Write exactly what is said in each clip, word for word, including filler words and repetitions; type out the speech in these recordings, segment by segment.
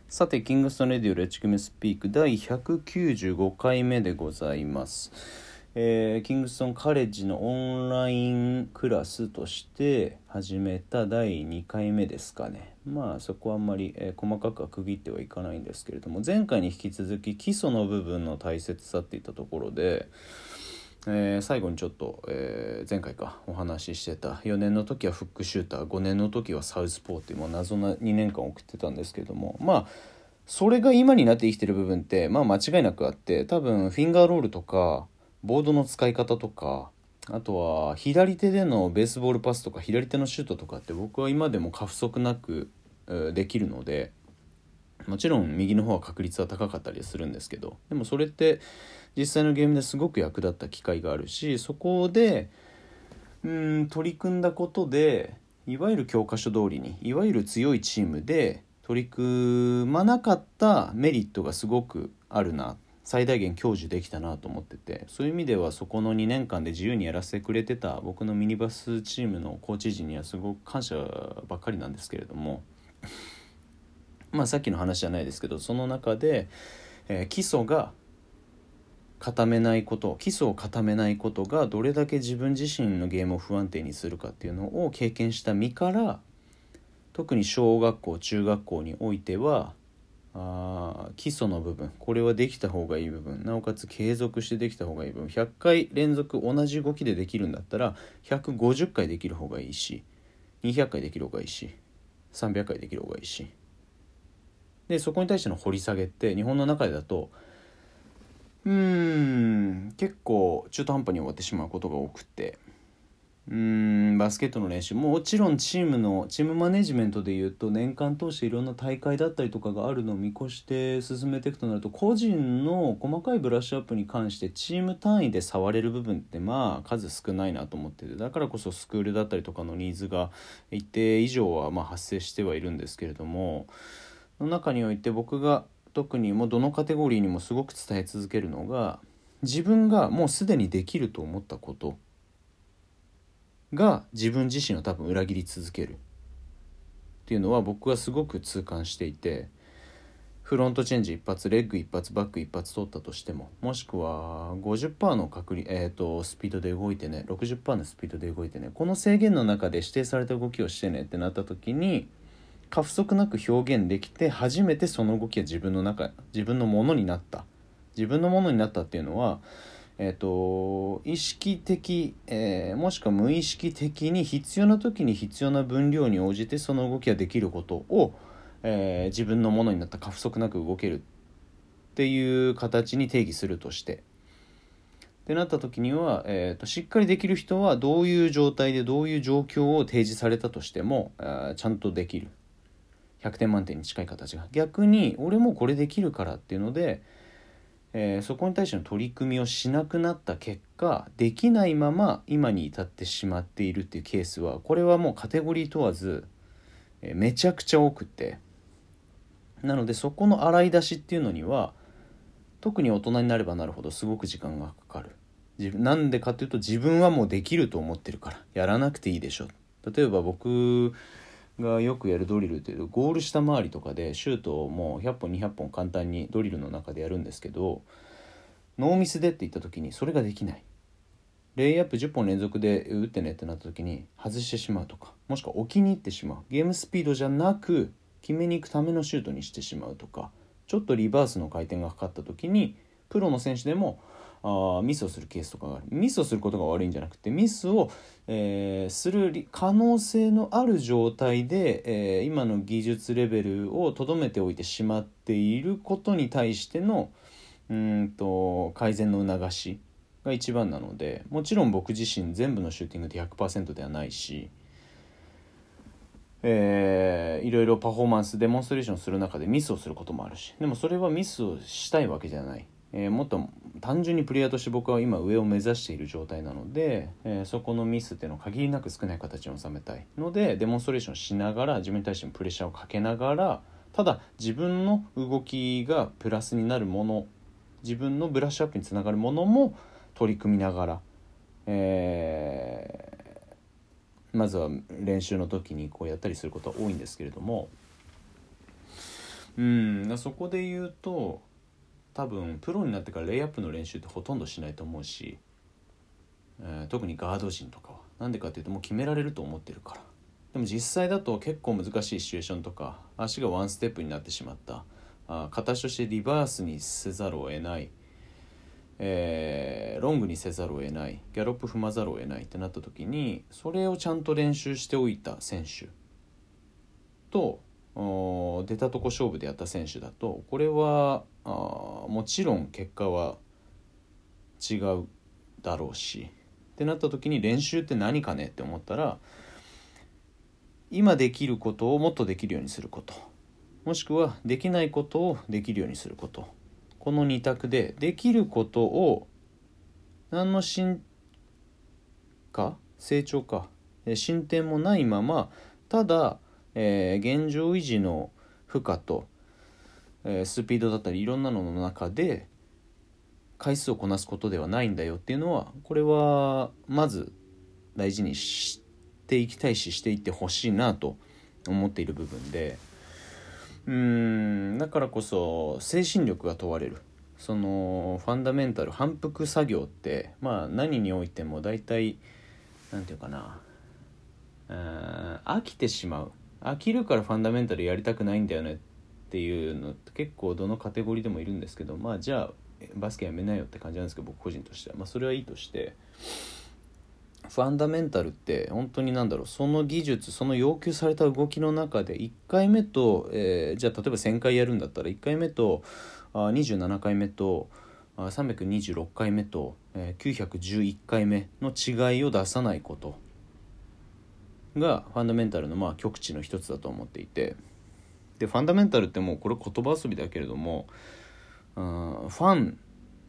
さて、キングストンレディオレッチクメスピークだいひゃくきゅうじゅうごかいめでございます。えー、キングストンカレッジのオンラインクラスとして始めただいにかいめですかね。まあそこはあんまり、えー、細かくは区切ってはいかないんですけれども、前回に引き続き基礎の部分の大切さっていったところで、えー、最後にちょっと、えー、前回かお話ししてたよねんの時はフックシューター、ごねんの時はサウスポーっていう、まあ、謎なにねんかん送ってたんですけども、まあそれが今になって生きてる部分って、まあ、間違いなくあって、多分フィンガーロールとかボードの使い方とか、あとは左手でのベースボールパスとか左手のシュートとかって僕は今でも過不足なくできるので、もちろん右の方は確率は高かったりするんですけど、でもそれって実際のゲームですごく役立った機会があるし、そこでうーん取り組んだことで、いわゆる教科書通りにいわゆる強いチームで取り組まなかったメリットがすごくあるな、最大限享受できたなと思ってて、そういう意味ではそこのにねんかんで自由にやらせてくれてた僕のミニバスチームのコーチ陣にはすごく感謝ばっかりなんですけれども、まあさっきの話じゃないですけど、その中で、えー、基礎が固めないこと基礎を固めないことがどれだけ自分自身のゲームを不安定にするかっていうのを経験した身から、特に小学校中学校においてはあ基礎の部分、これはできた方がいい部分、なおかつ継続してできた方がいい部分、ひゃっかい連続同じ動きでできるんだったらひゃくごじゅっかいできる方がいいし、にひゃっかいできる方がいいし、さんびゃっかいできる方がいいし、でそこに対しての掘り下げって日本の中でだとうーん結構中途半端に終わってしまうことが多くて、うーんバスケットの練習ももちろんチームのチームマネジメントでいうと年間通していろんな大会だったりとかがあるのを見越して進めていくとなると、個人の細かいブラッシュアップに関してチーム単位で触れる部分ってまあ数少ないなと思ってて、だからこそスクールだったりとかのニーズが一定以上はまあ発生してはいるんですけれども、の中において僕が特にもうどのカテゴリーにもすごく伝え続けるのが、自分がもうすでにできると思ったことが自分自身を多分裏切り続けるっていうのは僕はすごく痛感していて、フロントチェンジ一発、レッグ一発、バック一発取ったとしても、もしくは ごじゅっパーセント の確率、えーと、スピードで動いてね、ろくじゅっパーセント のスピードで動いてね、この制限の中で指定された動きをしてねってなった時に過不足なく表現できて、初めてその動きが自分の中自分のものになった自分のものになったっていうのは、えーと、意識的、えー、もしくは無意識的に必要な時に必要な分量に応じてその動きができることを、えー、自分のものになった、過不足なく動けるっていう形に定義するとしてってなった時には、えーと、しっかりできる人はどういう状態でどういう状況を提示されたとしても、えー、ちゃんとできるひゃくてん満点に近い形が、逆に俺もこれできるからっていうので、えー、そこに対しての取り組みをしなくなった結果、できないまま今に至ってしまっているっていうケースは、これはもうカテゴリー問わず、えー、めちゃくちゃ多くて、なのでそこの洗い出しっていうのには特に大人になればなるほどすごく時間がかかる。自分なんでかっていうと、自分はもうできると思ってるからやらなくていいでしょ。例えば僕がよくやるドリルというと、ゴール下回りとかでシュートをもうひゃっぽんにひゃっぽん簡単にドリルの中でやるんですけど、ノーミスでって言った時にそれができない、レイアップじゅっぽん連続で打ってねってなった時に外してしまうとか、もしくは置きに行ってしまう、ゲームスピードじゃなく決めに行くためのシュートにしてしまうとか、ちょっとリバースの回転がかかった時にプロの選手でもあミスをするケースとかがある。ミスをすることが悪いんじゃなくて、ミスを、えー、する可能性のある状態で、えー、今の技術レベルをとどめておいてしまっていることに対してのうーんと改善の促しが一番なので、もちろん僕自身全部のシューティングで ひゃくパーセント ではないし、えー、いろいろパフォーマンスデモンストレーションする中でミスをすることもあるし、でもそれはミスをしたいわけじゃない、えー、もっと単純にプレイヤーとして僕は今上を目指している状態なので、えー、そこのミスっていうのを限りなく少ない形に収めたいので、デモンストレーションしながら自分に対してもプレッシャーをかけながら、ただ自分の動きがプラスになるもの、自分のブラッシュアップにつながるものも取り組みながら、えーまずは練習の時にこうやったりすることは多いんですけれども、 うんそこで言うと多分プロになってからレイアップの練習ってほとんどしないと思うし、えー、特にガード陣とかはなんでかっていうともう決められると思ってるから。でも実際だと結構難しいシチュエーションとか足がワンステップになってしまった、あ形としてリバースにせざるを得ない、えー、ロングにせざるを得ない、ギャロップ踏まざるを得ないってなった時にそれをちゃんと練習しておいた選手と出たとこ勝負でやった選手だとこれはあもちろん結果は違うだろうしってなった時に練習って何かねって思ったら今できることをもっとできるようにすること、もしくはできないことをできるようにすること、この二択でできることを何の進化成長か進展もないままただえー、現状維持の負荷と、えー、スピードだったりいろんなのの中で回数をこなすことではないんだよっていうのはこれはまず大事にしていきたいししていってほしいなと思っている部分で、うーんだからこそ精神力が問われる。そのファンダメンタル反復作業ってまあ何においても大体なんていうかな、うーん飽きてしまう、飽きるからファンダメンタルやりたくないんだよねっていうのって結構どのカテゴリーでもいるんですけど、まあじゃあバスケやめなよって感じなんですけど僕個人としては、まあそれはいいとしてファンダメンタルって本当になんだろう、その技術その要求された動きの中でいっかいめと、えー、じゃあ例えばせんかいやるんだったらいっかいめとあにじゅうななかいめとあさんびゃくにじゅうろっかいめと、えー、きゅうひゃくじゅういっかいめの違いを出さないことがファンダメンタルのまあ極致の一つだと思っていて、でファンダメンタルってもうこれ言葉遊びだけれども、うん、ファン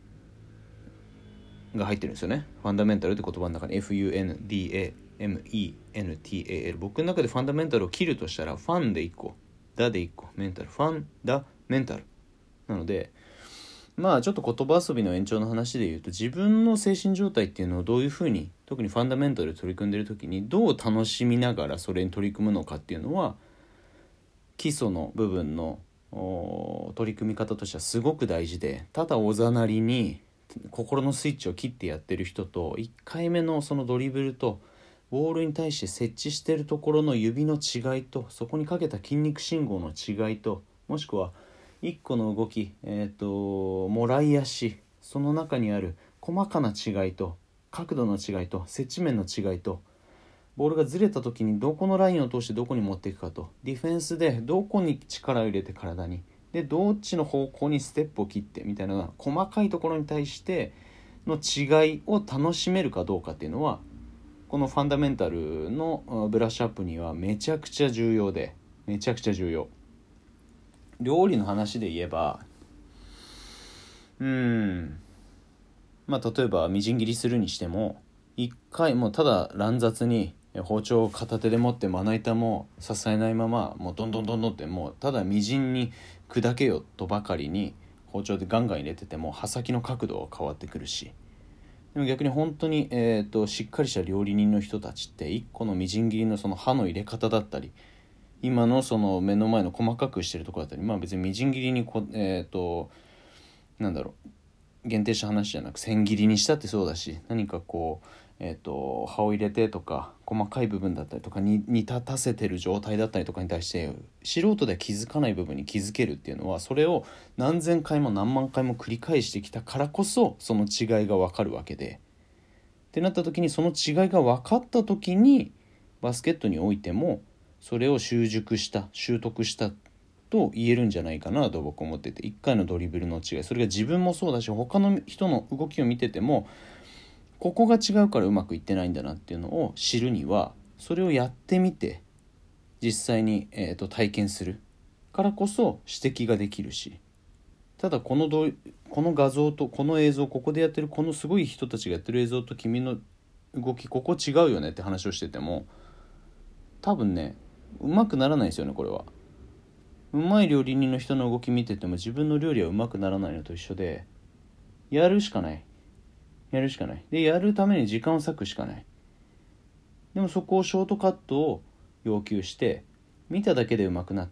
が入ってるんですよね。ファンダメンタルって言葉の中に エフユーエヌディーエーエムイーエヌティーエーエル、 僕の中でファンダメンタルを切るとしたらファンでいっこダでいっこメンタル、ファンダメンタルなので、まあちょっと言葉遊びの延長の話で言うと自分の精神状態っていうのをどういうふうに特にファンダメンタルで取り組んでいる時にどう楽しみながらそれに取り組むのかっていうのは基礎の部分の取り組み方としてはすごく大事で、ただおざなりに心のスイッチを切ってやってる人といっかいめのそのドリブルとボールに対して設置しているところの指の違いとそこにかけた筋肉信号の違いと、もしくはいっこの動き、えーと、もらい足その中にある細かな違いと角度の違いと接地面の違いとボールがずれた時にどこのラインを通してどこに持っていくかと、ディフェンスでどこに力を入れて体にでどっちの方向にステップを切ってみたいな細かいところに対しての違いを楽しめるかどうかっていうのはこのファンダメンタルのブラッシュアップにはめちゃくちゃ重要でめちゃくちゃ重要。料理の話で言えばうーんまあ例えばみじん切りするにしても一回もうただ乱雑に包丁を片手で持ってまな板も支えないままもうどんどんどんどんってもうただみじんに砕けよとばかりに包丁でガンガン入れてても刃先の角度は変わってくるし、でも逆に本当に、えーと、しっかりした料理人の人たちって一個のみじん切りのその刃の入れ方だったり今のその目の前の細かくしてるところだったり、まあ別にみじん切りにこえっ、ー、となんだろう限定した話じゃなく千切りにしたってそうだし、何かこうえーと刃を入れてとか細かい部分だったりとかに煮立たせてる状態だったりとかに対して素人では気づかない部分に気づけるっていうのはそれを何千回も何万回も繰り返してきたからこそその違いが分かるわけで、ってなった時にその違いが分かった時にバスケットにおいてもそれを習熟した習得したと言えるんじゃないかなと僕は思ってて、いっかいのドリブルの違いそれが自分もそうだし他の人の動きを見ててもここが違うからうまくいってないんだなっていうのを知るにはそれをやってみて実際に、えーと、体験するからこそ指摘ができるし、ただこのどこの画像とこの映像ここでやってるこのすごい人たちがやってる映像と君の動きここ違うよねって話をしてても多分ねうまくならないんですよね。これはうまい料理人の人の動き見てても自分の料理はうまくならないのと一緒でやるしかないやるしかないでやるために時間を割くしかない。でもそこをショートカットを要求して見ただけで上手くなったり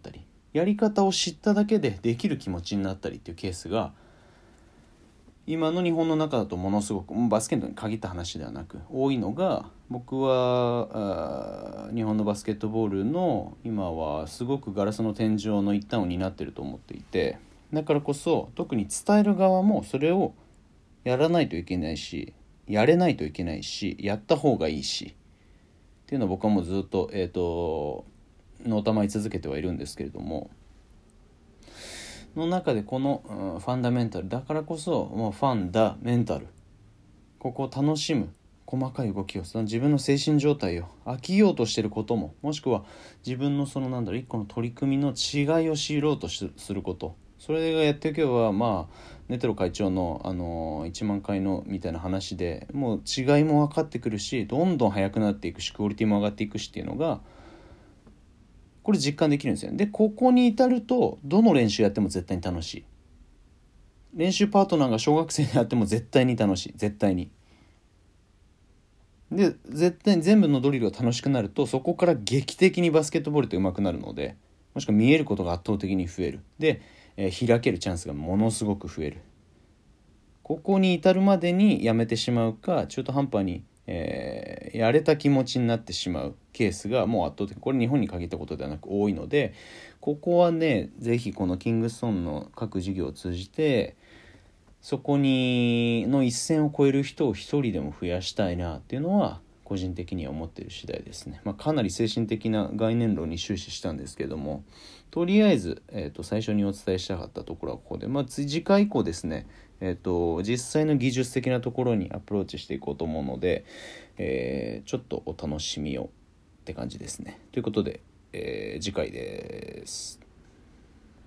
やり方を知っただけでできる気持ちになったりっていうケースが今の日本の中だとものすごくバスケットに限った話ではなく多いのが、僕は日本のバスケットボールの今はすごくガラスの天井の一端を担っていると思っていて、だからこそ特に伝える側もそれをやらないといけないし、やれないといけないし、やった方がいいしっていうのは僕はもうずっとえっとのたまい続けてはいるんですけれども、の中でこの、うん、ファンダメンタルだからこそ、もうファンダメンタル、ここを楽しむ細かい動きを、その自分の精神状態を飽きようとしていることも、もしくは自分のそのなんだろう一個の取り組みの違いを知ろうとすること、それがやっていけば、まあネテロ会長の、あのー、いちまんかいのみたいな話でもう違いも分かってくるし、どんどん速くなっていくし、クオリティも上がっていくしっていうのがこれ実感できるんですよ。でここに至るとどの練習やっても絶対に楽しい。練習パートナーが小学生であっても絶対に楽しい。絶対に。で絶対に全部のドリルが楽しくなると、そこから劇的にバスケットボールって上手くなるので、もしくは見えることが圧倒的に増える。で、えー、開けるチャンスがものすごく増える。ここに至るまでにやめてしまうか、中途半端に、えー、やれた気持ちになってしまうケースがもう圧倒的、これ日本に限ったことではなく多いので、ここはねぜひこのキングストンの各事業を通じてそこにの一線を越える人を一人でも増やしたいなっていうのは個人的には思っている次第ですね。まあ、かなり精神的な概念論に終始したんですけども、とりあえず、えーと、最初にお伝えしたかったところはここで、まあ、次回以降ですね、えーと、実際の技術的なところにアプローチしていこうと思うので、えー、ちょっとお楽しみをって感じですね。ということで、えー、次回です。